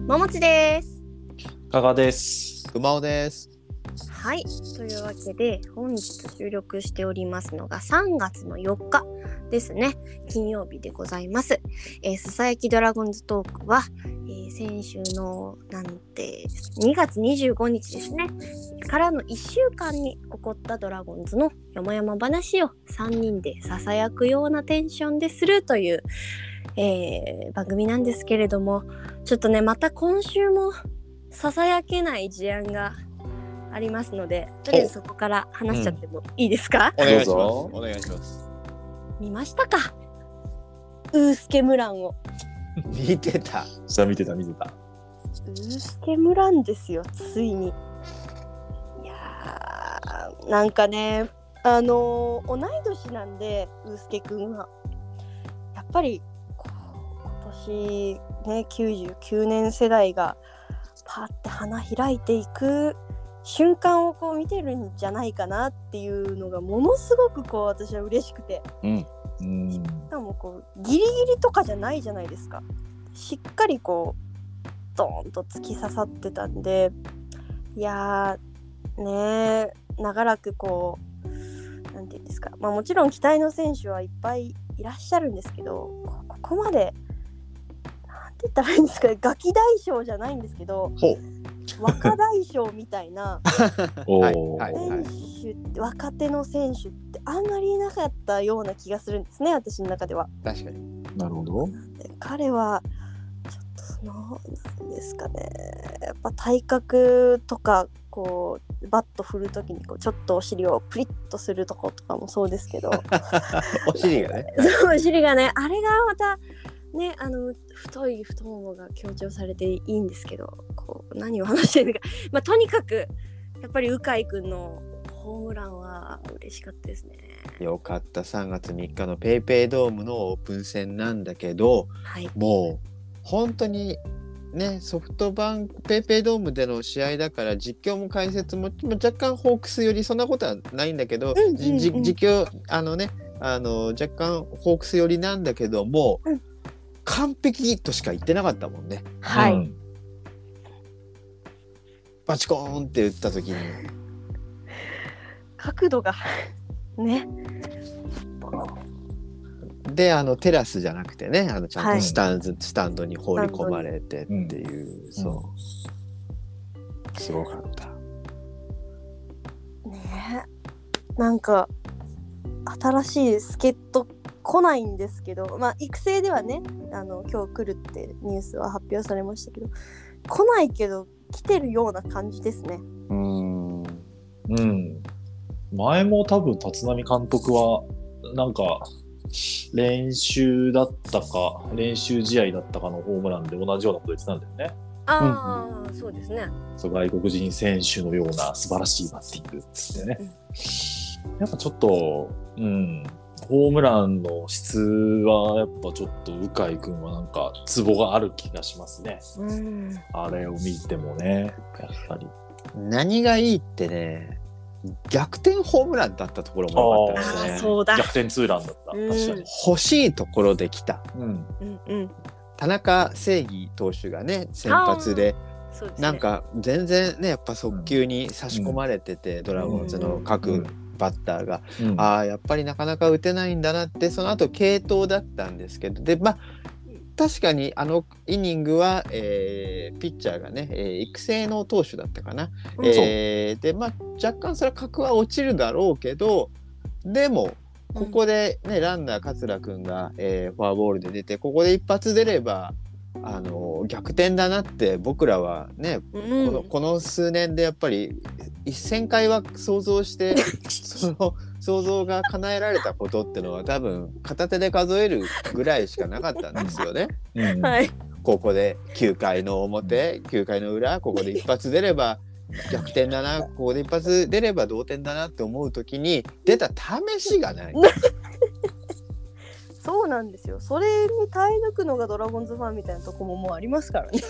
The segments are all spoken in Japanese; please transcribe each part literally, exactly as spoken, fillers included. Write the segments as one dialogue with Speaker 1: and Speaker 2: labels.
Speaker 1: ももちです。
Speaker 2: 加賀です。
Speaker 3: 熊尾です。
Speaker 1: はい、というわけで本日収録しておりますのがさんがつのよっかですね。金曜日でございます。えー、ささやきドラゴンズトークは、えー、先週のなんてにがつにじゅうごにちですねからのいっしゅうかんに起こったドラゴンズのよもやま話をさんにんでささやくようなテンションでするという、えー、番組なんですけれども、ちょっとねまた今週もささやけない事案がありますので、とりあえずそこから話しちゃってもいいですか？
Speaker 3: お願いします。
Speaker 2: お
Speaker 3: 願いします。
Speaker 1: 見ましたか？ウースケムランを
Speaker 3: 見てた。
Speaker 2: 下見てた見てた。
Speaker 1: ウースケムランですよ、ついに。いやー、なんかね、あのー、同い年なんでウースケくんはやっぱりこう今年ねきゅうじゅうきゅうねん世代がパーって花開いていく瞬間をこう見てるんじゃないかなっていうのがものすごくこう私は嬉しくて、
Speaker 2: うんうん、
Speaker 1: しかもこうギリギリとかじゃないじゃないですか。しっかりこうドーンと突き刺さってたんで、いやーねー長らくこうなんていうんですか、まあもちろん期待の選手はいっぱいいらっしゃるんですけど、ここまでなんて言ったらいいんですかね、ガキ大将じゃないんですけど、
Speaker 3: ほう
Speaker 1: 若大将みたいな
Speaker 2: お
Speaker 3: はいはいはい、
Speaker 1: 選手って若手の選手ってあんまりいなかったような気がするんですね、私の中では。
Speaker 3: 確かに。
Speaker 2: なるほど。
Speaker 1: で彼はちょっとそのなんですかね、やっぱ体格とかこうバット振るときにこうちょっとお尻をプリッとするとことかもそうですけど
Speaker 3: お尻がね
Speaker 1: そうお尻がね、あれがまたね、あの太い太ももが強調されていいんですけど、こう何を話してるのか、まあ、とにかくやっぱり鵜飼くんのホームランは嬉しかったですね。
Speaker 3: よかった。さんがつみっかのペイペイドームのオープン戦なんだけど、
Speaker 1: はい、
Speaker 3: もう本当にね、ソフトバンクペイペイドームでの試合だから実況も解説も若干ホークスよりそんなことはないんだけど、
Speaker 1: うんうんうん、
Speaker 3: じ実況あのねあの若干ホークスよりなんだけども、うん、完璧としか言ってなかったもんね。
Speaker 1: はい、うん、
Speaker 3: バチコーンって打った時に
Speaker 1: 角度がね、
Speaker 3: であのテラスじゃなくてね、あのちゃんとスタンズ、はい、スタンドに放り込まれてっていう、うん、そう、うん、すごかった
Speaker 1: ね。なんか新しい助っ人来ないんですけど、まあ育成ではね、あの今日来るってニュースは発表されましたけど、来ないけど来てるような感じですね。
Speaker 2: うーん、うん。前も多分立浪監督はなんか練習だったか練習試合だったかのホームランで同じようなこと言ってたんだよね。
Speaker 1: ああ、うん、そうですね。
Speaker 2: そう、外国人選手のような素晴らしいバッティングっつってね、うん、やっぱちょっと、うん、ホームランの質はやっぱちょっと鵜飼くんはなんかツボがある気がしますね、うん、あれを見てもね、やっぱり
Speaker 3: 何がいいってね、逆転ホームランだったところも良かったですね。
Speaker 1: あ、そうだ、
Speaker 2: 逆転ツーランだった、うん、確かに
Speaker 3: 欲しいところで来た、
Speaker 1: うんうん、
Speaker 3: 田中正義投手がね先発で、そうですね、なんか全然ねやっぱ速球に差し込まれてて、うん、ドラゴンズの各バッターが、うん、ああやっぱりなかなか打てないんだなって、その後継投だったんですけど、でまあ確かにあのイニングは、えー、ピッチャーがね、えー、育成の投手だったかな、うん、えー、でまあ若干それは格は落ちるだろうけど、でもここでね、うん、ランナー桂くんが、えー、フォアボールで出て、ここで一発出ればあの逆転だなって僕らはね、うん、このこの数年でやっぱりせんかいは想像してその想像が叶えられたことってのは多分片手で数えるぐらいしかなかったんですよね、うん、はい、ここできゅうかいの表きゅうかいの裏、ここで一発出れば逆転だな、ここで一発出れば同点だなって思う時に出た試しがない
Speaker 1: そうなんですよ。それに耐え抜くのがドラゴンズファンみたいなとこももうありますからね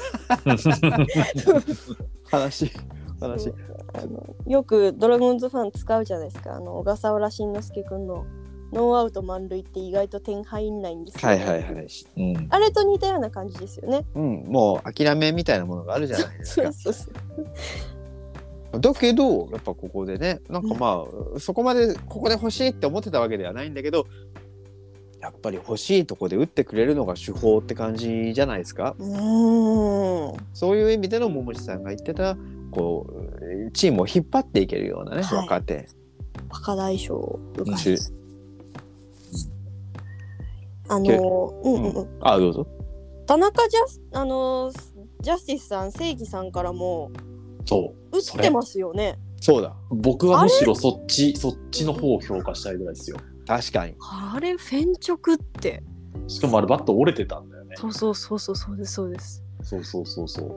Speaker 3: 話話
Speaker 1: あのよくドラゴンズファン使うじゃないですか、あの小笠原慎之介くんのノーアウト満塁って意外と点入んないんですよ、
Speaker 3: はいはいはい、
Speaker 2: うん、
Speaker 1: あれと似たような感じですよね。
Speaker 3: うん、もう諦めみたいなものがあるじゃないですか。
Speaker 1: そうそうそう
Speaker 3: だけどやっぱここでねなんかまあ、うん、そこまでここで欲しいって思ってたわけではないんだけど、やっぱり欲しいとこで打ってくれるのが手法って感じじゃないですか。
Speaker 1: うーん、
Speaker 3: そういう意味での桃地さんが言ってたこうチームを引っ張っていけるようなね、
Speaker 1: はい、
Speaker 3: 若手
Speaker 1: 若大将
Speaker 3: うん、
Speaker 1: あのうんうんうん、
Speaker 3: あどうぞ。
Speaker 1: 田中ジャスあのジャスティスさん、正義さんからも
Speaker 2: そう
Speaker 1: 打ってますよね。
Speaker 3: そうだ。
Speaker 2: 僕はむしろそっちそっちの方を評価したいぐらいですよ。
Speaker 3: 確かに。
Speaker 1: あれフェンチョクって。
Speaker 2: しかもあれバット折れてたんだよね。
Speaker 1: そうそうそうそうそうですそうです。
Speaker 2: そうそうそうそう。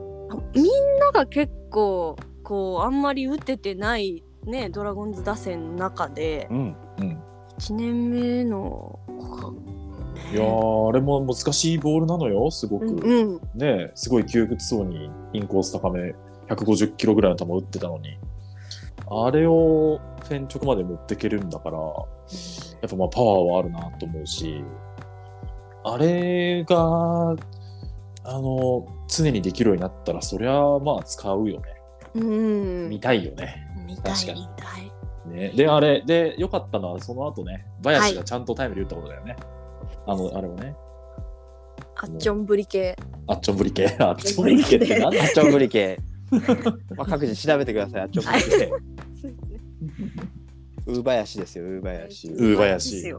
Speaker 1: みんなが結構こうあんまり打ててないねドラゴンズ打線の中で、
Speaker 3: うんうん、
Speaker 1: いちねんめの
Speaker 2: いやーあれも難しいボールなのよすごく、うんうん、ねすごい窮屈そうにインコース高めひゃくごじゅっキロぐらいの球打ってたのにあれをフェンチョクまで持っていけるんだから、うん、やっぱまあパワーはあるなと思うしあれがあの常にできるようになったらそりゃまあ使うよね。うん見たいよね。
Speaker 1: 見たい確かに見たい、
Speaker 2: ね、であれで良かったのはその後ね林がちゃんとタイムリー打ったことだよね、はい、あのあれはね
Speaker 1: あっちょんぶり系
Speaker 2: あっちょんぶり系あっちょんぶり系って何
Speaker 3: あっちょんぶり系まあ各自調べてください。あっちょんぶり系ウーバヤシですよウーバヤシ
Speaker 2: ウーバヤシ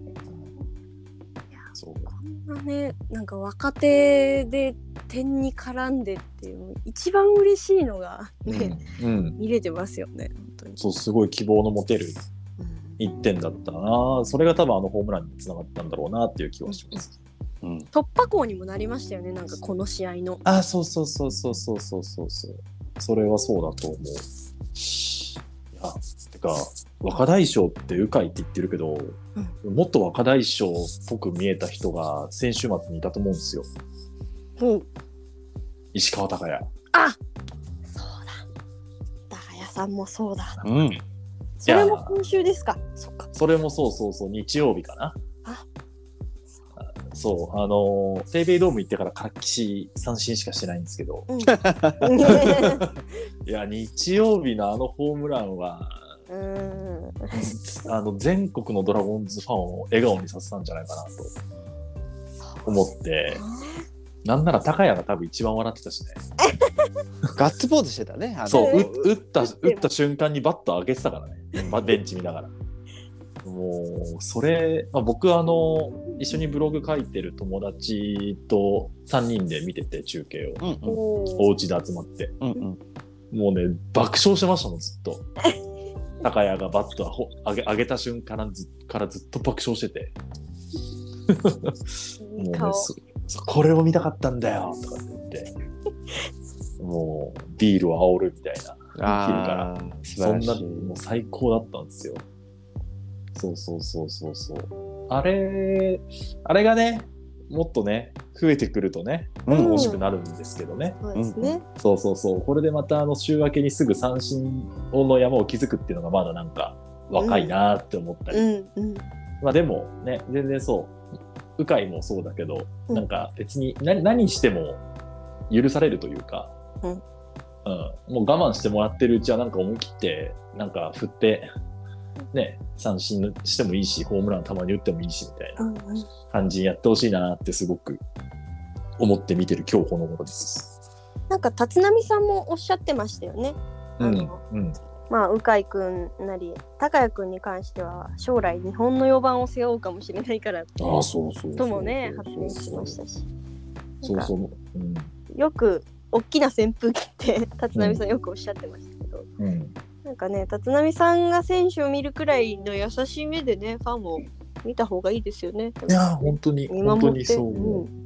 Speaker 1: そうこんなねなんか若手で点に絡んでっていう一番嬉しいのがね、うんうん、見れてますよね本当に。
Speaker 2: そうすごい希望の持てるいってんだったな、それが多分あのホームランにつながったんだろうなっていう気はします、
Speaker 1: うんうん、突破口にもなりましたよねなんかこの試合の。
Speaker 2: あそうそうそうそうそうそうそうそうそれはそうだと思う。いやてか若大将って鵜飼って言ってるけど、うん、もっと若大将っぽく見えた人が先週末にいたと思うんですよ。
Speaker 1: うん、
Speaker 2: 石川昂弥。
Speaker 1: あそうだ昂弥さんもそうだ、
Speaker 3: うん、
Speaker 1: それも今週ですか。そっか
Speaker 2: それもそうそうそう日曜日かな。
Speaker 1: あ
Speaker 2: そう、あのー、ペイペイドーム行ってからからっきし三振しかしてないんですけど、うん、いや日曜日のあのホームランはうんあの全国のドラゴンズファンを笑顔にさせたんじゃないかなと思って、なんなら高谷が多分一番笑ってたしね
Speaker 3: ガッツポーズしてたね。あの
Speaker 2: そう打った打った瞬間にバット上げてたからねベンチ見ながら。もうそれ、まあ、僕あの一緒にブログ書いてる友達とさんにんで見てて中継を、うんうん、お家で集まって、うんうん、もうね爆笑してましたもんずっと高谷がバットを上げ、上げた瞬間からず、からずっと爆笑しててもうねそこれを見たかったんだよとかって言ってもうビールを煽るみたいな昼からそんなもう最高だったんですよ。そうそうそうそうそうあれあれがねもっとね増えてくるとね、うん、欲しくなるんですけどね、
Speaker 1: そうですね、
Speaker 2: うん、そうそうそうこれでまたあの週明けにすぐ三振の山を築くっていうのがまだなんか若いなって思ったり、うんうんうん、まあでもね全然そう鵜飼もそうだけど、うん、なんか別に 何, 何しても許されるというか、うんうん、もう我慢してもらってるうちはなんか思い切ってなんか振ってね、三振してもいいしホームランたまに打ってもいいしみたいな感じにやってほしいなってすごく思って見てる今日この頃です。
Speaker 1: なんか立浪さんもおっしゃってましたよね。あの、うんうん、まあ鵜飼くんなり高谷くんに関しては将来日本のよばんを背負うかもしれないからって
Speaker 2: あそうそうそう
Speaker 1: ともね発言しましたし、
Speaker 2: そうそう、うん、
Speaker 1: よく大きな扇風機って立浪さんよくおっしゃってましたけど、うんうんなんかね、立浪さんが選手を見るくらいの優しい目でね、ファンも見た方がいいですよね。
Speaker 2: いや本当に本当にそう、うんうん、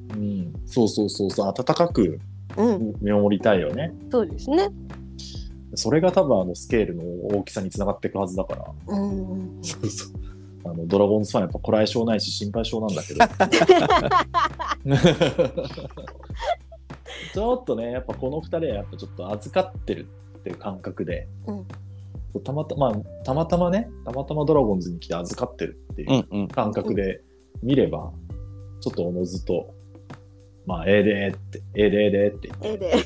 Speaker 2: そうそうそうそう温かく見守りたいよね、
Speaker 1: うん。そうですね。
Speaker 2: それが多分あのスケールの大きさにつながっていくはずだから。うんうん、そうそうあのドラゴンズファンやっぱこらえ性ないし心配性なんだけど。ちょっとねやっぱこのふたりはやっぱちょっと預かってるっていう感覚で。うんたまたま、たまたまね、たまたまドラゴンズに来て預かってるっていう感覚で見れば、ちょっとおのずと、まあ、ええでーって、ええでええでって言って。
Speaker 1: ええで。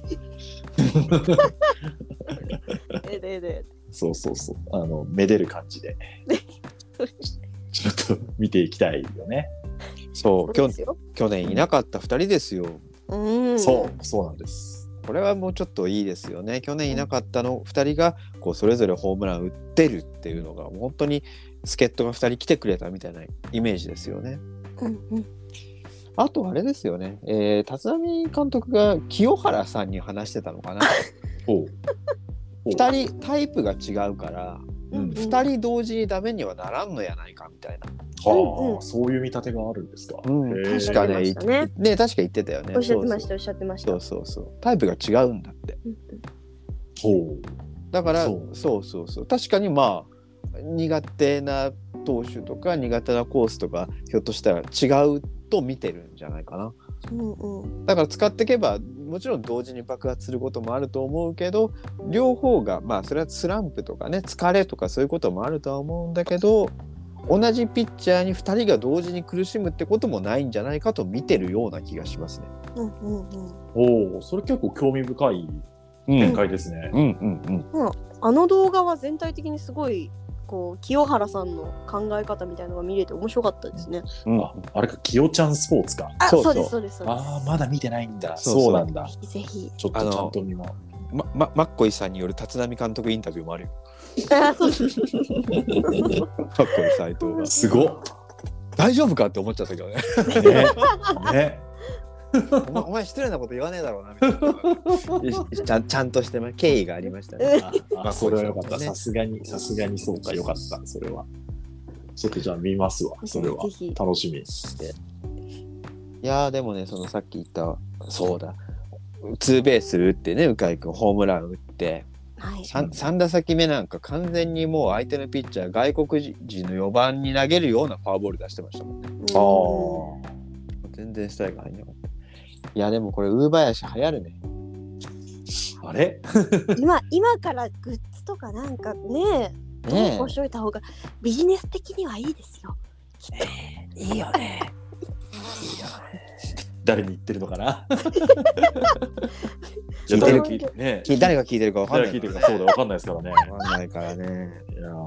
Speaker 1: ええでええで。
Speaker 2: そうそうそう。あの、めでる感じで。ちょっと見ていきたいよね。
Speaker 3: そう、きょ去年いなかったふたりですよ。
Speaker 1: うん。
Speaker 2: そう、そうなんです。
Speaker 3: これはもうちょっといいですよね。去年いなかったのふたりがこうそれぞれホームラン打ってるっていうのが本当に助っ人がふたり来てくれたみたいなイメージですよね。
Speaker 1: うんうん、
Speaker 3: あとあれですよね、えー、立浪監督が清原さんに話してたのかな。ふたりタイプが違うから、うん、ふたり同時にダメにはならんのやないかみたいな。
Speaker 2: はあ、そういう見立てがあるんですか。
Speaker 3: うん、確かね、ね、ね、確か言ってたよね。
Speaker 1: おっしゃってました、おっしゃってました。
Speaker 3: そうそうそう、タイプが違うんだって。
Speaker 2: ほう。
Speaker 3: だから、そうそうそうそう、確かにまあ苦手な投手とか苦手なコースとかひょっとしたら違うと見てるんじゃないかな。うんうん、だから使っていけばもちろん同時に爆発することもあると思うけど、両方がまあそれはスランプとかね、疲れとかそういうこともあるとは思うんだけど、同じピッチャーにふたりが同時に苦しむってこともないんじゃないかと見てるような気がしますね。
Speaker 1: うんうんうん、
Speaker 2: おお、それ結構興味深い展開ですね。
Speaker 1: うんうんうんうん、あの動画は全体的にすごいこう清原さんの考え方みたいなのが見れて面白かったですね。
Speaker 2: うん、あ, あれか、きよちゃんスポーツか。
Speaker 1: あ、そうですそうですそうです。
Speaker 2: ああ、まだ見てないんだ。そうそうなんだ。
Speaker 1: ぜひぜひ。
Speaker 2: ちょっとちゃんと見ます。
Speaker 3: ま、ま、マッコイさんによる立浪監督インタビューもあるよ。
Speaker 1: あ、そうです。
Speaker 3: マッコイ斉藤が。
Speaker 2: すごっ。
Speaker 3: 大丈夫かって思っちゃったけどね。
Speaker 2: ね。ね。
Speaker 3: お前、お前失礼なこと言わねえだろうなみたいな。ちゃん、ちゃんとして敬意がありましたね。
Speaker 2: ああ、それはよかった。さすがに、さすがにそうか、よかった。それは。ちょっとじゃあ見ますわ。それは楽しみ。
Speaker 3: いやーでもね、そのさっき言ったそうだ。ツーベース打ってね、鵜飼君ホームラン打って、はい、3, さん打席目なんか完全にもう相手のピッチャー外国人のよばんに投げるようなフォアボール出してましたもんね。ああ、全然スタイルが入んなかった。いやでもこれウーバヤシ流行るね。
Speaker 2: あれ
Speaker 1: 今今からグッズとかなんかね、投稿しといた方がビジネス的にはいいですよ。きっと、
Speaker 3: えー、いいよね。
Speaker 2: いいよね。誰に言ってるのかな。
Speaker 3: 聞いてる聞いてるね。誰が聞いてるか分かんない。
Speaker 2: 誰が聞いてるかそうだ分かんないですからね。
Speaker 3: 分かんないからね。
Speaker 2: いや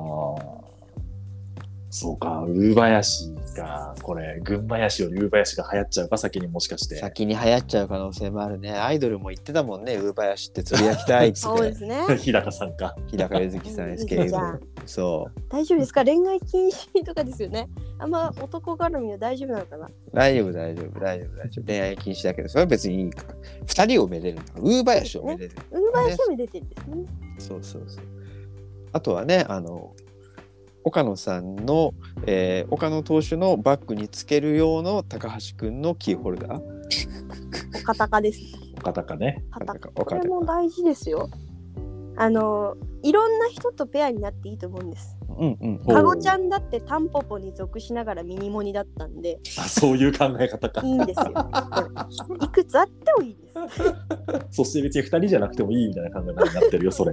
Speaker 2: そうか、ウーバヤシか。これ群馬ヤシよりウーバヤシが流行っちゃうか、先にもしかして。
Speaker 3: 先に流行っちゃう可能性もあるね。アイドルも言ってたもんね、ウーバヤシってつぶやきたいっつって。
Speaker 1: そうですね。
Speaker 2: 日高さんか。
Speaker 3: 日高ゆずきさん エスケー の。そう。
Speaker 1: 大丈夫ですか？恋愛禁止とかですよね。あんま男絡みは大丈夫なのかな？
Speaker 3: 大丈夫大丈夫大丈夫大丈夫。恋愛禁止だけど、それは別にいいから。二人をめでるんだから。ウーバヤシをめでる。
Speaker 1: ウーバヤシをめでてるんですね。
Speaker 3: そうそうそう。あとはね、あの。岡野さんの、えー、岡野投手のバッグにつける用の高橋くんのキーホルダー。
Speaker 1: 岡高です。
Speaker 2: 岡高ね。
Speaker 1: 岡高。これも大事ですよ。あのいろんな人とペアになっていいと思うんです。
Speaker 3: うんうん。
Speaker 1: かごちゃんだってタンポポに属しながらミニモニだったんで。
Speaker 2: あ、そういう考え方か。
Speaker 1: いいんですよ。いくつあってもいいです。
Speaker 2: そして別にふたりじゃなくてもいいみたいな考え方になってるよ、それ。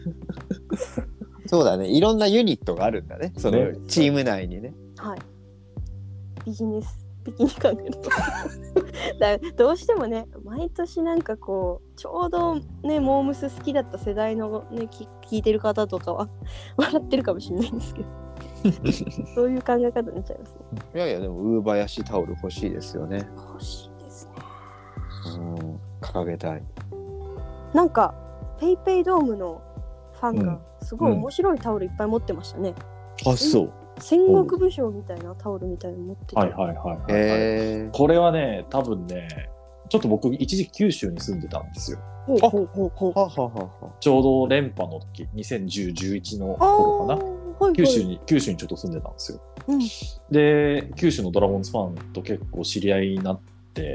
Speaker 3: そうだね、いろんなユニットがあるんだね、そのチーム内にね。
Speaker 1: はい。ビジネス的に考えるとだどうしてもね、毎年なんかこうちょうどねモームス好きだった世代のね聞いてる方とかは笑ってるかもしれないんですけどそういう考え方になっちゃいますね。
Speaker 3: いやいや、でもウーバヤシタオル欲しいですよね。
Speaker 1: 欲しいですね。
Speaker 3: うん、掲げたい。
Speaker 1: なんかペイペイドームのファンがすごい面白いタオルいっぱい持ってましたね。
Speaker 3: うん、あ、そう。
Speaker 1: 戦国武将みたいなタオルみたいなの持ってた。
Speaker 2: はいはいはいはい、はい
Speaker 3: えー。
Speaker 2: これはね、多分ね、ちょっと僕一時期九州に住んでたんですよ。
Speaker 1: ほうほうほうほう。
Speaker 3: ははは
Speaker 2: ちょうど連覇の時、にせんじゅう、じゅういちの頃かな。はいはい、九州に九州にちょっと住んでたんですよ。うん、で、九州のドラゴンズファンと結構知り合いになって、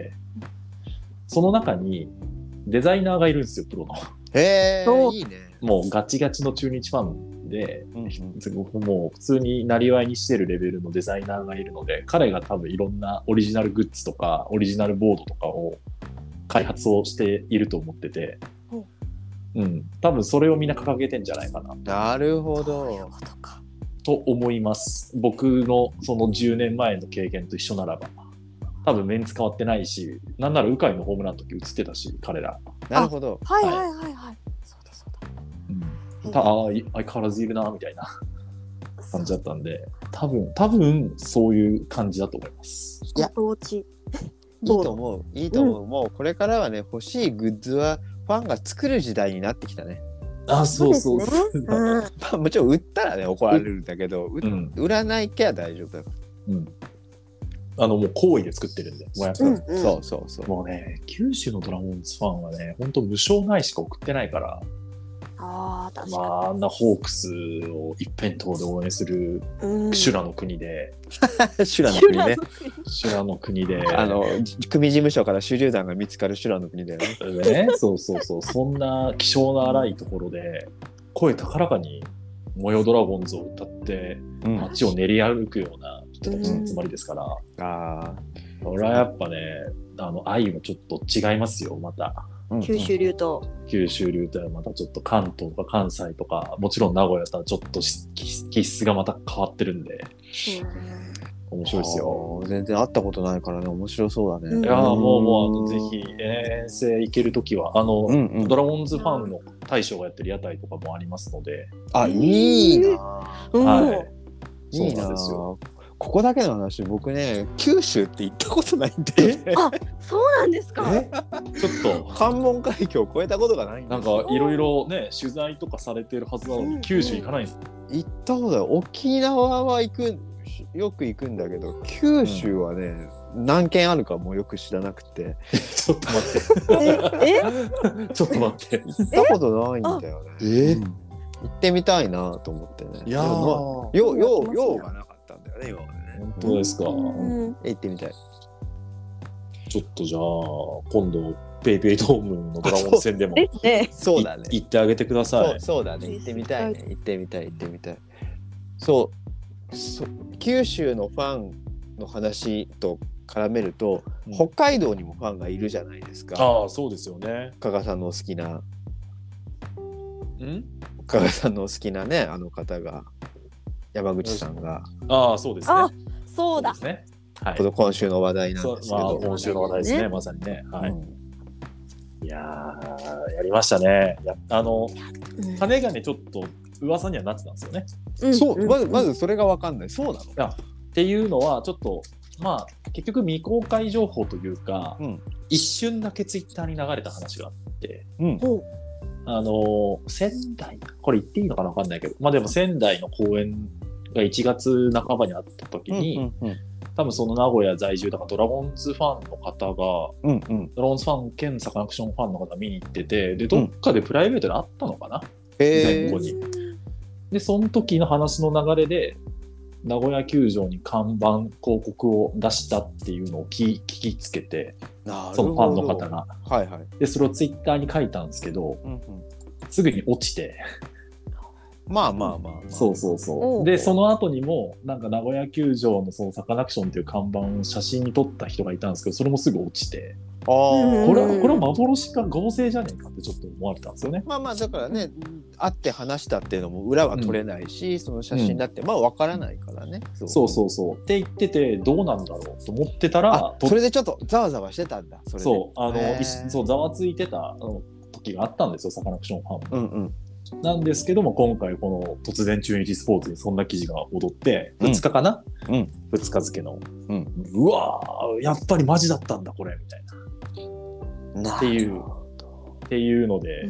Speaker 2: その中にデザイナーがいるんですよ、プロの。
Speaker 3: へー、いいね。
Speaker 2: もうガチガチの中日ファンで、うんうん、もう普通になりわいにしてるレベルのデザイナーがいるので、彼が多分いろんなオリジナルグッズとかオリジナルボードとかを開発をしていると思ってて、うん、 うん、多分それをみんな掲げてんじゃないかな。
Speaker 3: なるほ
Speaker 1: そういう
Speaker 3: ど。
Speaker 1: ことか。
Speaker 2: と思います。僕のそのじゅうねんまえの経験と一緒ならば。多分メンツ変わってないし、なんなら鵜飼のホームランの時映ってたし、彼ら。
Speaker 3: なるほど。
Speaker 1: はいはいはいはい。そうだそうだ。
Speaker 2: うん、たあ相変わらずいるなみたいな感じだったんで、多分多分そういう感じだと思います。
Speaker 3: いや
Speaker 1: ご当地。
Speaker 3: いいと思う。いいと思う。うん、もうこれからはね、欲しいグッズはファンが作る時代になってきたね。
Speaker 2: あ、そうそうそう。
Speaker 1: そうですね。うん、
Speaker 3: まあもちろん売ったらね怒られるんだけど、う、ん、売らないきゃ大丈夫だから。
Speaker 2: うん。あのもう好意で作ってるんで、もうやっぱ、うん
Speaker 3: うん、そうそうそう。
Speaker 2: もうね、九州のドラゴンズファンはね、本当無償ないしか送ってないから。
Speaker 1: ああ、確かに。
Speaker 2: まあ、あんなホークスを一辺倒で応援する修羅の国で、
Speaker 3: 修羅の国ね。
Speaker 2: 修羅の国で、
Speaker 3: あの組事務所から手榴弾が見つかる修羅の国だよね。
Speaker 2: ね、そうそうそう、そんな気性の荒いところで声高らかに「模様ドラゴンズ」を歌って街を練り歩くような人たちの集まりですから、うん、あこれはやっぱね、あの愛はちょっと違いますよ、また。
Speaker 1: 九州流と
Speaker 2: 九州流とはまたちょっと関東とか関西とか、もちろん名古屋とはちょっと気質がまた変わってるんで、うん、面白いですよ。
Speaker 3: 全然会ったことないからね、面白そうだね。
Speaker 2: うん、いやもうもうあのぜひ遠征行けるときはあの、うんうん、ドラゴンズファンの大将がやってる屋台とかもありますので、
Speaker 3: あ、いいな、
Speaker 2: はい、
Speaker 3: いいなですよ。ここだけの話、僕ね、九州って行ったことないんで。
Speaker 1: あ、そうなんですか。
Speaker 2: えちょっと
Speaker 3: 関門海峡を越えたことがないん
Speaker 2: です。なんかいろいろね、取材とかされてるはずなのに、九州行かないんです。
Speaker 3: 行ったことない。沖縄は行く、よく行くんだけど、九州はね、うん、何軒あるかもよく知らなくて。
Speaker 2: ちょっと待って。ええちょっと待って。
Speaker 3: 行ったことないんだよね。え、うん、行ってみたいなと思ってね。
Speaker 2: いやー、
Speaker 3: ようようようがなかったんだよね、今までね。
Speaker 2: 本当ですか。うん
Speaker 3: うん、行ってみたい。
Speaker 2: ちょっとじゃあ今度ペイペイドームのドラゴンズ戦でも
Speaker 3: そうだね、
Speaker 2: 行ってあげてください。
Speaker 3: そう、そうだね、行ってみたいね、行ってみたい行ってみたい。そうそ九州のファンの話と絡めると、うん、北海道にもファンがいるじゃないですか。
Speaker 2: ああ、そうですよね。
Speaker 3: 加賀さんの好きな、
Speaker 2: ん
Speaker 3: 加賀さんの好きなね、あの方が山口さんが、
Speaker 2: ああ、そうですね。
Speaker 1: あ、そうだ。
Speaker 2: そうですね。はい、
Speaker 3: 今週の話題なんですけど、
Speaker 2: まあ、今週の話題ですね、まさにね。はい。うん、いやー、やりましたね。やあの、金がね、ちょっと噂にはなってたんですよね。
Speaker 3: うん、そう、まず、まずそれが分かんない。そうなの？い
Speaker 2: や、っていうのは、ちょっと、まあ、結局未公開情報というか、うん、一瞬だけツイッターに流れた話があって、うん、あの、仙台、これ言っていいのかな分かんないけど、まあでも仙台の公演がいちがつなかばにあった時に、うんうんうん、多分その名古屋在住だからドラゴンズファンの方が、うんうん、ドラゴンズファン兼サカナクションファンの方見に行ってて、でどっかでプライベートで会ったのかな、うん、前後に。でその時の話の流れで名古屋球場に看板広告を出したっていうのを聞きつけて、そのファンの方が、はいはい、でそれをツイッターに書いたんですけど、うんうん、すぐに落ちて。
Speaker 3: まあまあまあ、まあ、
Speaker 2: そうそうそう。でその後にもなんか名古屋球場のそのサカナクションっていう看板を写真に撮った人がいたんですけど、それもすぐ落ちて、あこれはこれは幻か合成じゃねえかってちょっと思われたんですよね。
Speaker 3: まあまあだからね、会って話したっていうのも裏は取れないし、うん、その写真だってまあ分からないからね、
Speaker 2: うん、そうそうそうって言ってて、どうなんだろうと思ってたら、
Speaker 3: それでちょっとざわざわしてたんだ。それで
Speaker 2: そうあのそうざわついてたあの時があったんですよ、サカナクションファンも。うんうん、なんですけども、今回この突然中日スポーツにそんな記事が踊ってふつかかな、うん、ふつか付けの、うん、うわーやっぱりマジだったんだこれみたいなっていうっていうので、うん、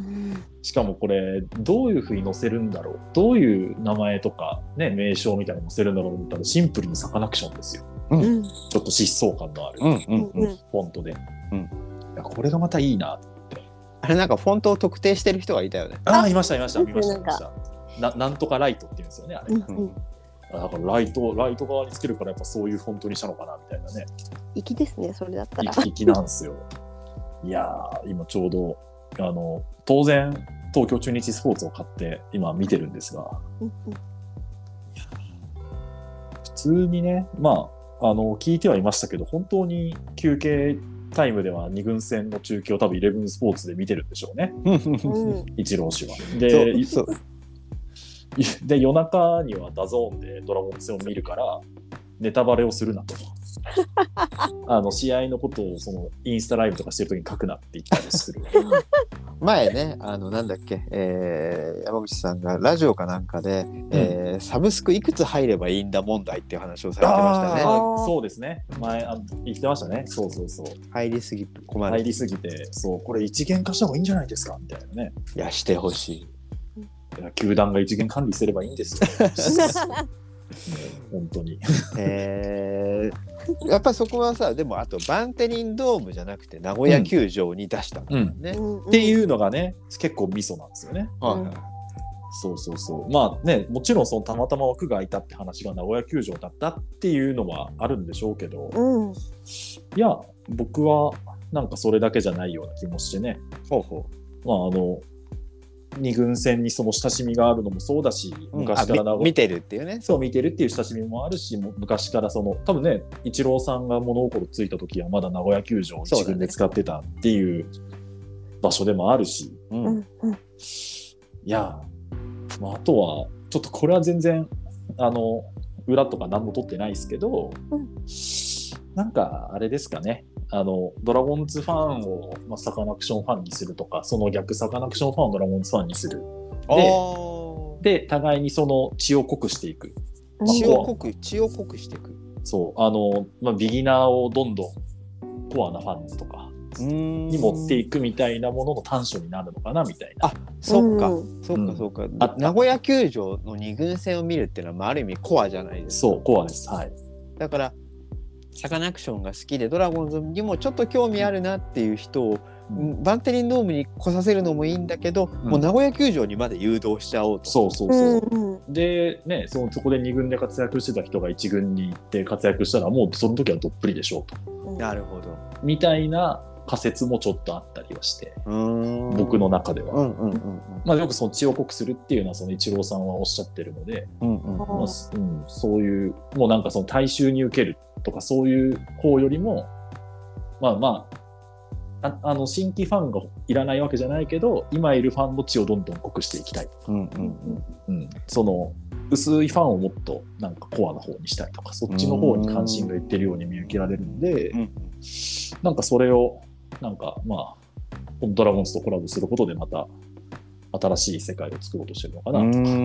Speaker 2: しかもこれどういう風に載せるんだろう、どういう名前とかね名称みたいなの載せるんだろうと思ったら、シンプルにサカナクションですよ、うん、ちょっと疾走感のある、うんうんうん、フォントで、うん、いやこれがまたいいな。
Speaker 3: あれなんかフォントを特定してる人がいたよね。
Speaker 2: ああ、いましたいました、見ました見ました。な, なんとかライトって言うんですよね、あれ。うんうん、だからライトライト側につけるからやっぱそういうフォントにしたのかなみたいなね。
Speaker 1: 粋ですね、それだったら。
Speaker 2: 粋なんですよ。いやー、今ちょうどあの当然東京中日スポーツを買って今見てるんですが、うんうん、普通にね、まああの聞いてはいましたけど、本当に休憩タイムではに軍戦の中継を多分イレブンスポーツで見てるんでしょうね、
Speaker 1: うん
Speaker 2: イチロー氏は。で、そうそうで夜中にはダゾーンでドラゴンズ戦を見るからネタバレをするなとあの試合のことをそのインスタライブとかしてる時に書くなって言ったりする
Speaker 3: 前ね、あのなんだっけ、えー、山口さんがラジオかなんかで、うんえー、サブスクいくつ入ればいいんだ問題っていう話をされてましたね。
Speaker 2: そうですね、前あ言ってましたね。そうそうそう、
Speaker 3: 入りすぎて困る、
Speaker 2: 入りすぎて、そうこれ一元化した方がいいんじゃないですかみたいなね。
Speaker 3: いやしてほしい。い
Speaker 2: や球団が一元管理すればいいんですよ本当に
Speaker 3: えー、やっぱそこはさ、でもあとバンテリンドームじゃなくて名古屋球場に出したんだよね、
Speaker 2: うんうん、っていうのがね結構ミソなんですよね、うん、そうそうそう。まあね、もちろんそのたまたま枠が空いたって話が名古屋球場だったっていうのはあるんでしょうけど、うん、いや僕はなんかそれだけじゃないような気もしてね。ほうほう。まああのに軍戦にその親しみがあるのもそうだし、昔から名古屋、
Speaker 3: うん、見てるっていうね、
Speaker 2: そう見てるっていう親しみもあるし、昔からその多分ね、イチローさんが物心ついた時はまだ名古屋球場を一軍で使ってたっていう場所でもあるし、う、ね、うん、いや、まあ、あとはちょっとこれは全然あの裏とか何も取ってないですけど、うん、なんかあれですかね。あのドラゴンズファンを、まあ、サカナクションファンにするとか、その逆サカナクションファンをドラゴンズファンにするで、で互いにその血を濃くしていく、
Speaker 3: 血を濃く血を濃くしていく
Speaker 2: そうあの、まあ、ビギナーをどんどんコアなファンとかに持っていくみたいなものの短所になるのかなみたいな。
Speaker 3: あ、そっか、そっかそっか、うん、あ名古屋球場のに軍戦を見るっていうのは、まあ、ある意味コアじゃないですか。
Speaker 2: そうコアです、はい。
Speaker 3: だからサカナクションが好きでドラゴンズにもちょっと興味あるなっていう人を、うん、バンテリンドームに来させるのもいいんだけど、うん、もう名古屋球場にまで誘導しちゃおうと。
Speaker 2: そうそうそう、うん、でね、そのそこでに軍で活躍してた人がいち軍に行って活躍したらもうその時はどっぷりでしょうと、
Speaker 3: なるほど
Speaker 2: みたいな仮説もちょっとあったりはして、うーん僕の中では、うんうんうんうん、まあ、よくその血を濃くするっていうのはそのイチローさんはおっしゃってるので、うんうんまあうん、そういうもうなんかその大衆に受けるとかそういう方よりもまあまあ あ, あの新規ファンがいらないわけじゃないけど、今いるファンの血をどんどん濃くしていきたい、うんうんうんうん、その薄いファンをもっとなんかコアな方にしたいとか、そっちの方に関心がいってるように見受けられるんで、うん、なんかそれをなんかまあドラゴンズとコラボすることでまた新しい世界を作ろうとしてるのかなとか、うん、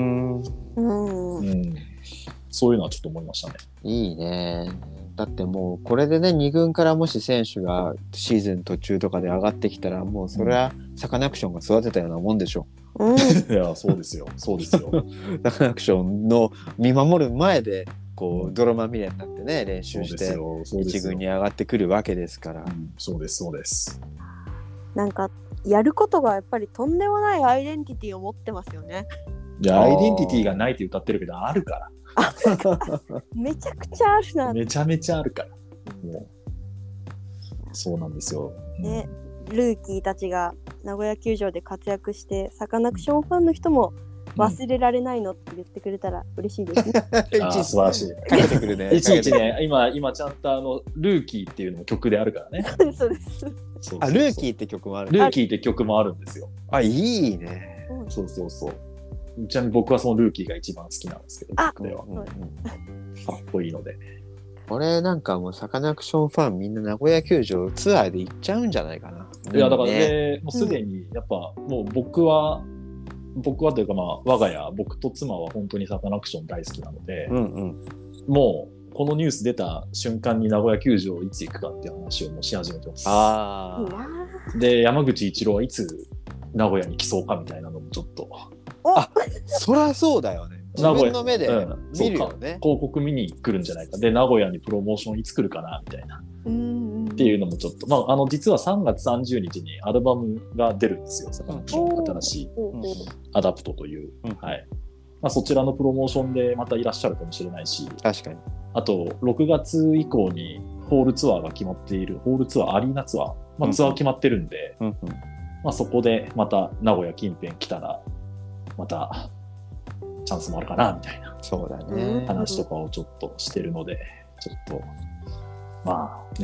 Speaker 2: うん、そういうのはちょっと思いましたね。
Speaker 3: いいね。だってもうこれでね、に軍からもし選手がシーズン途中とかで上がってきたら、もうそれはサカナクションが育てたようなもんでしょう、うん、い
Speaker 2: やそうですよそうですよ
Speaker 3: サカナクションの見守る前でこう泥まみれになってね、練習して一軍に上がってくるわけですから、うん、
Speaker 2: そうですそうです。
Speaker 1: なんかやることがやっぱりとんでもないアイデンティティを持ってますよね。
Speaker 2: いやアイデンティティがないって歌ってるけどあるから
Speaker 1: めちゃくちゃあるな。
Speaker 2: めちゃめちゃあるから、もうそうなんですよ、
Speaker 1: ね、うん、ルーキーたちが名古屋球場で活躍してサカナクションファンの人も忘れられないのって言ってくれたら嬉しいですね、
Speaker 2: うん、あ素晴らしい。
Speaker 3: かけてくるね。
Speaker 2: いちいちね、今今ちゃんとあのルーキーっていうのも曲であるからね。
Speaker 1: そうです。そう
Speaker 3: そうそう、あルーキーって曲もある。
Speaker 2: ルーキーって曲もあるんですよ。
Speaker 3: あいいね。
Speaker 2: そうそうそう。ちなみに僕はそのルーキーが一番好きなんですけど、曲では、うんうん、かっこいいので。
Speaker 3: これなんかもうサカナクションファンみんな名古屋球場ツアーで行っちゃうんじゃないかな。
Speaker 2: いやだからね、もうすでにやっぱもう僕は、うん、僕はというかまあ我が家僕と妻は本当にサカナクション大好きなので、うんうん、もうこのニュース出た瞬間に名古屋球場いつ行くかっていう話をもうし始めてます。あで山口一郎はいつ名古屋に来そうかみたいなのもちょっと。
Speaker 3: あそりゃそうだよね。自分の目で見るよね、
Speaker 2: うん、広告見に来るんじゃないか。で名古屋にプロモーションいつ来るかなみたいなっていうのもちょっと、まあ、あの実はさんがつさんじゅうにちにアルバムが出るんですよ。サカナクションの新しいアダプトという、うんはいまあ、そちらのプロモーションでまたいらっしゃるかもしれないし、
Speaker 3: 確かに
Speaker 2: あとろくがつ以降にホールツアーが決まっている、ホールツアーアリーナツアー、まあ、ツアー決まってるんで、うんうんまあ、そこでまた名古屋近辺来たらまたチャンスもあるかなみたいな
Speaker 3: そうだね
Speaker 2: 話とかをちょっとしてるので、ちょっとまあね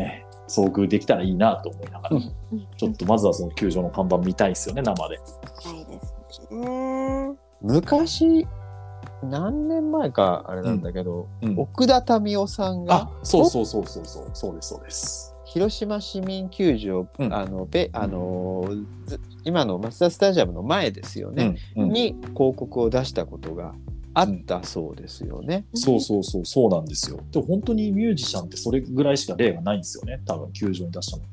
Speaker 2: 遭遇できたらいいなと思いながら、うん、ちょっとまずはその球場の看板見たいですよね、生で。
Speaker 1: 見たいですね。
Speaker 3: 昔何年前かあれなんだけど、うん、奥田民生さんが、
Speaker 2: あ、そうそうそうそうそうそうですそうです。
Speaker 3: 広島市民球場、うん、あのべあの今のマツダスタジアムの前ですよね、うんうん、に広告を出したことがあったそうですよね、
Speaker 2: うん、そうそうそうそうなんですよ。でも本当にミュージシャンってそれぐらいしか例がないんですよね、多分球場に出したのって。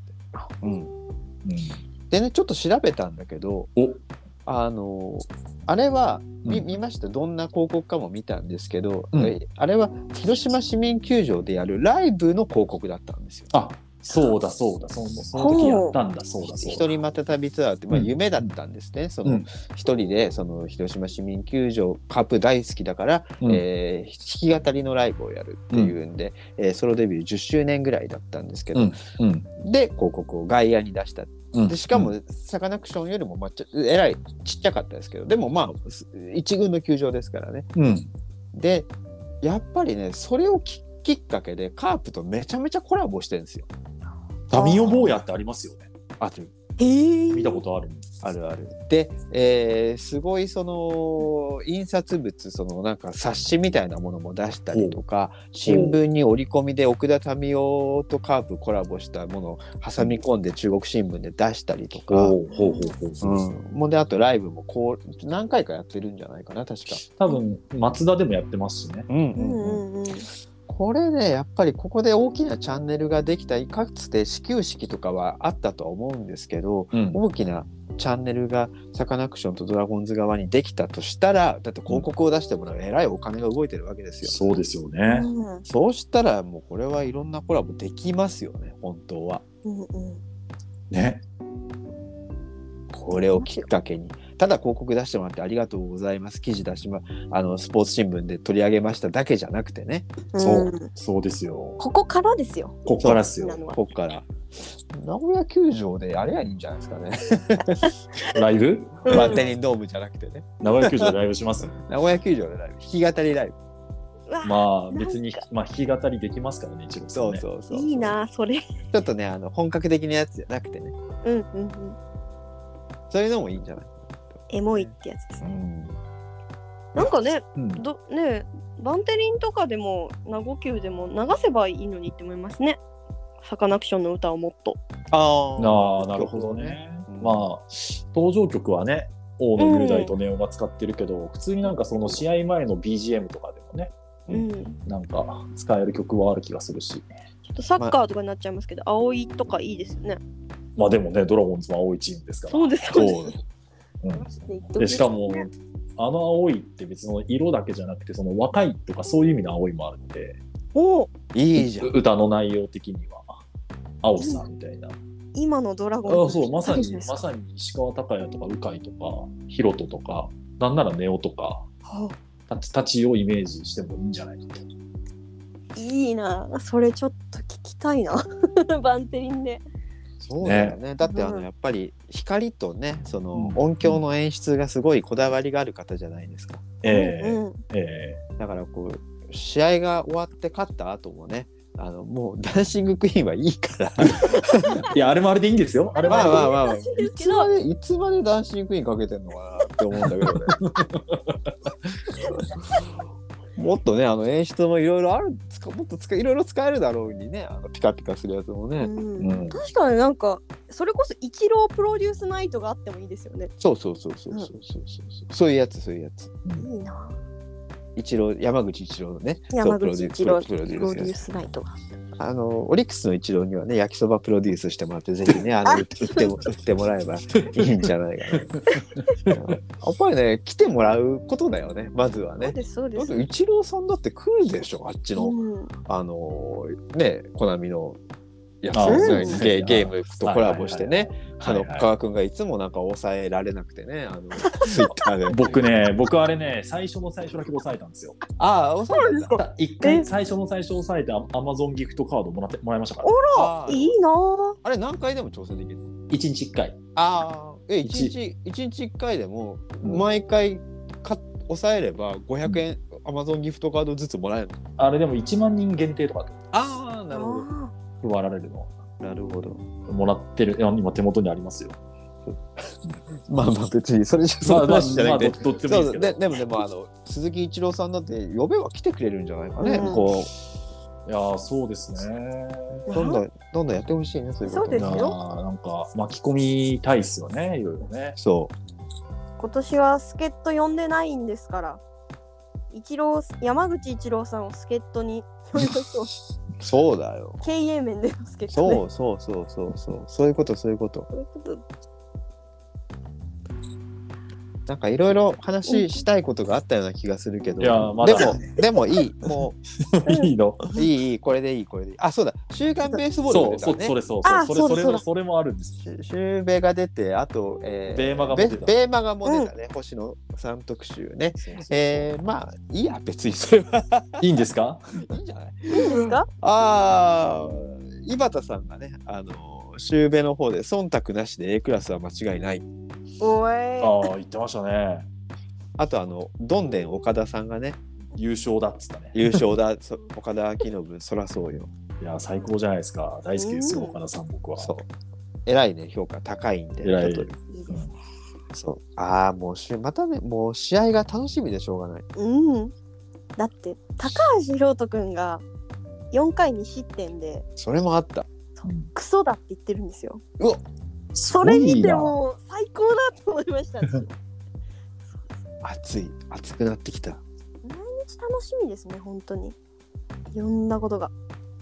Speaker 2: うんうん、
Speaker 3: でねちょっと調べたんだけど、おあのあれは 見,、うん、見ました。どんな広告かも見たんですけど、うん、あれは広島市民球場でやるライブの広告だったんですよ。
Speaker 2: あ、そうだそうだ、そのその時やったんだ、そうだそうだ。
Speaker 3: 一人また旅ツアーって、まあ、夢だったんですね、うん、その一人でその広島市民球場カープ大好きだから、うん、えー、弾き語りのライブをやるっていうんで、うん、えー、ソロデビューじゅっしゅうねんぐらいだったんですけど、うんうん、で広告を外野に出した。でしかも、うん、サカナクションよりも、まあ、ちえらいちっちゃかったですけど、でもまあ一軍の球場ですからね、うん、でやっぱりねそれを き, きっかけでカープとめちゃめちゃコラボしてるんですよ。
Speaker 2: タミオ坊やってありますよね。
Speaker 3: ある。
Speaker 1: へー、
Speaker 2: 見たことある。
Speaker 3: あるある。で、えー、すごいその印刷物、そのなんか冊子みたいなものも出したりとか、新聞に折り込みで奥田民生とカープコラボしたものを挟み込んで中国新聞で出したりとか、ほうほうほうほう、うん、もうであとライブもこう何回かやってるんじゃないかな、確か。
Speaker 2: 多分松田でもやってますしね。うんうんうんうん。
Speaker 3: これねやっぱりここで大きなチャンネルができた、かつて始球式とかはあったとは思うんですけど、うん、大きなチャンネルがサカナクションとドラゴンズ側にできたとしたら、だって広告を出してもらうえらいお金が動いてるわけですよ。
Speaker 2: そうですよね、
Speaker 3: うん、そうしたらもうこれはいろんなコラボできますよね、本当は、うんうん、
Speaker 2: ね。
Speaker 3: これをきっかけにただ広告出してもらってありがとうございます、記事出しまあのスポーツ新聞で取り上げましただけじゃなくてね、
Speaker 2: うん、そうそうですよ。
Speaker 1: ここからですよ。
Speaker 2: ここからですよ。
Speaker 3: ここから名古屋球場でやればいいんじゃないですかね。
Speaker 2: ライブ？
Speaker 3: バッテリードームじゃなくてね。
Speaker 2: 名古屋球場でライブします、ね。
Speaker 3: 名古屋球場でライブ、弾き語りライブ。
Speaker 2: まあ別にまあ弾き語りできますからね、一応、ね。
Speaker 3: そうそうそうそう。
Speaker 1: いいなそれ。ち
Speaker 3: ょっとねあの本格的なやつじゃなくてね。うんうんうん。そういうのもいいんじゃない？
Speaker 1: エモいってやつですね。うん、なんかね、うん、どねバンテリンとかでも名護球でも流せばいいのにって思いますね。サカナクションの歌をもっと。
Speaker 2: ああ、なるほどね。うん、まあ登場曲はね大野雄大とネオが使ってるけど、うん、普通になんかその試合前の ビージーエム とかでもね、うん、なんか使える曲はある気がするし。ちょ
Speaker 1: っとサッカーとかになっちゃいますけど、まあ、葵とかいいですね。
Speaker 2: まあでもねドラゴンズも青いチームですから。
Speaker 1: そうですそうです。
Speaker 2: うん、でしかもあの青いって別の色だけじゃなくてその若いとかそういう意味の青いもあるんで、
Speaker 3: おいいじゃん。
Speaker 2: 歌の内容的には青さみたいな、うん、
Speaker 1: 今のドラゴンズ、
Speaker 2: あ、そうまさにまさに石川昂弥とか鵜飼とかヒロトとかなんならネオとか、はあ、たちをイメージしてもいいんじゃないかと。
Speaker 1: いいな、それちょっと聞きたいな。バンテリンで。
Speaker 3: そうだよね、ね、だってあのやっぱり光とねその音響の演出がすごいこだわりがある方じゃないですか、うん
Speaker 2: えーえ
Speaker 3: ー、だからこう試合が終わって勝った後もねあのもうダンシングクイーンはいいから
Speaker 2: いやあれもあれでいいんですよ。あれ
Speaker 3: まあまあまあ、まあ、いつまでいつまでダンシングクイーンかけてんのかなって思うんだけどね。もっとねあの演出もいろいろある、もっと使いろいろ使えるだろうにね、あのピカピカするやつもね、うん
Speaker 1: うん、確かになんかそれこそイチロープロデュースナイトがあってもいいですよね。
Speaker 3: そうそうそうそうそうそうそう、うん、そういうやつそういうやつ、
Speaker 1: いいな。
Speaker 3: 一郎山口一郎のね
Speaker 1: 山口一郎プロデュースナイトが
Speaker 3: あのオリックスの一郎にはね焼きそばプロデュースしてもらってぜひねあの売っても売ってもらえばいいんじゃないかな。やっぱりね来てもらうことだよねまずはね。
Speaker 1: そうですそうです。
Speaker 3: だって一郎さんだって来るでしょあっちの、うん、あのねコナミのやつ、うん、ゲ, ゲームとコラボしてね、あの川君がいつもなんか抑えられなくてね、あのツイッターで
Speaker 2: 僕ね僕あれね最初の最初だけ抑えたんですよ。
Speaker 3: ああ抑えたん
Speaker 2: だ。一回最初の最初抑えてアマゾンギフトカードもらってもらいましたから、ね、
Speaker 1: あらいいな。
Speaker 3: あれ何回でも挑戦できるの？
Speaker 2: 一日一回。
Speaker 3: ああえ一日一日一回でも毎回か抑えればごひゃくえん、うん、アマゾンギフトカードずつもらえるの？
Speaker 2: あれでもいちまんにん限定とか。
Speaker 3: ああなるほど。
Speaker 2: 配られるの。
Speaker 3: なるほど。
Speaker 2: もらってる、今手元にありますよ。
Speaker 3: まあまあ別にそれじゃその話じゃないんで、
Speaker 2: まあまあどどっちでもいいですけど。
Speaker 3: で, でもでもあの鈴木一郎さんだって呼べば来てくれるんじゃないかね。
Speaker 1: うん、
Speaker 3: こ
Speaker 2: ういやそうですね。
Speaker 3: どんどんどんどんやってほしいね、そういうこと。
Speaker 1: そうですよ。
Speaker 2: なんか巻き込みたいですよね、いろいろね。
Speaker 3: そう。
Speaker 1: 今年は助っ人呼んでないんですから。一郎山口一郎さんを助っ人に呼びましょう。
Speaker 3: そうだよ。
Speaker 1: 経営面での助っ人、ね。
Speaker 3: そうそうそうそうそうそういうことそういうこと。
Speaker 1: そういうこと
Speaker 3: なんかいろいろ話したいことがあったような気がするけど、
Speaker 2: いやまだ
Speaker 3: でもでもいいも
Speaker 2: ういいの
Speaker 3: ういいいいこれでいいこれでいい。あそうだ週刊ベースボール
Speaker 2: そうそ
Speaker 3: が出たね。
Speaker 2: それそう
Speaker 1: あ
Speaker 2: そうそれそれ
Speaker 1: そうだそうだ
Speaker 2: もそれもあるんです。
Speaker 3: シュシューベが出てあと、えー、
Speaker 2: ベーマガも出た
Speaker 3: ベベーマガも出たね、星野さん特集ね。えー、まあいいや別にそれはい
Speaker 2: いんですか？
Speaker 3: いいんじゃない？
Speaker 1: いいですか？
Speaker 3: ああ井端さんがねあのシューベの方で忖度なしで A クラスは間違いない。
Speaker 1: おい。
Speaker 2: ああ言ってましたね。
Speaker 3: あとあのどんでん岡田さんがね
Speaker 2: 優勝だっつったね。
Speaker 3: 優勝だそ岡田彰信そらそうよ。
Speaker 2: いや最高じゃないですか。大好きですよ、
Speaker 1: うん
Speaker 2: 岡田さん僕は。
Speaker 3: そうえらいね評価高いんで。
Speaker 2: 偉い。
Speaker 1: いいですね。
Speaker 3: そうああもうしまたねもう試合が楽しみでしょうがない。
Speaker 1: うん。だって高橋宏斗くんがよんかいに失点で
Speaker 3: それもあった。
Speaker 1: クソだって言ってるんですよ。
Speaker 3: うわ
Speaker 1: それ見ても最高だと思いました。
Speaker 3: 熱い熱くなってきた。
Speaker 1: 毎日楽しみですね本当に。いろんなことが。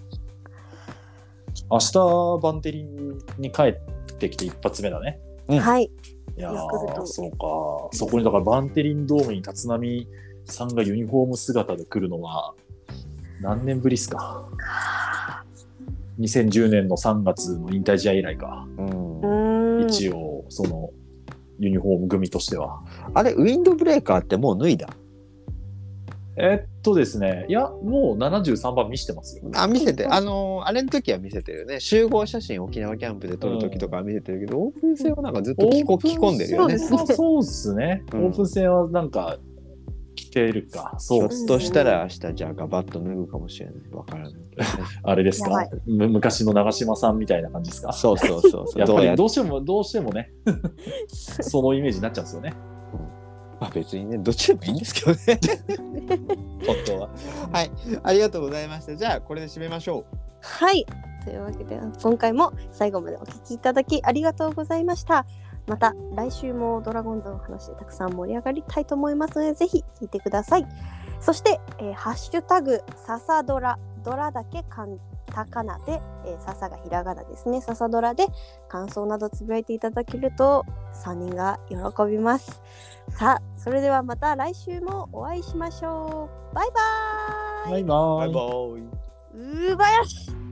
Speaker 2: 明日バンテリンに帰ってきて一発目だね。
Speaker 3: うん、
Speaker 1: はい。
Speaker 2: いや
Speaker 1: ヤクルト
Speaker 2: そうか。そこにだからバンテリンドームに立浪さんがユニフォーム姿で来るのは何年ぶりっすか。にせんじゅうねんのさんがつの引退試合以来か。
Speaker 3: うん、
Speaker 1: うーん
Speaker 2: 一応そのユニフォーム組としては。
Speaker 3: あれウィンドブレーカーってもう脱いだ？
Speaker 2: えっとですね、いやもうななじゅうさんばん見してますよ。
Speaker 3: あ見せてあのー、あれの時は見せてるよね。集合写真沖縄キャンプで撮る時とかは見せてるけど、うん、オープン戦はなんかずっと着こ着込んでるよね。
Speaker 1: そうですね
Speaker 2: そうですね、
Speaker 3: うん、
Speaker 2: オープン戦はなんか着てるか。そう
Speaker 3: ひょっとしたら明日じゃあガバッと脱ぐかもしれない。わからないけど、ね、
Speaker 2: あれですか、む昔の長嶋さんみたいな感じですか。
Speaker 3: そうそうそうそう。
Speaker 2: やっぱ
Speaker 3: どうや
Speaker 2: りどうしてもどうしてもねそのイメージになっちゃうんですよね。
Speaker 3: まあ別にねどっちでもいいんですけどね本当は。はいありがとうございました。じゃあこれで締めましょう。
Speaker 1: はいというわけで今回も最後までお聞きいただきありがとうございました。また来週もドラゴンズの話でたくさん盛り上がりたいと思いますのでぜひ聞いてください。そして、えー、ハッシュタグささドラドラだけカタカナで、えー、ささがひらがなですね。ささドラで感想などつぶやいていただけるとさんにんが喜びます。さあそれではまた来週もお会いしましょう。バイバーイ。
Speaker 2: バイバーイ。
Speaker 3: バイバイ。
Speaker 1: うーばやし。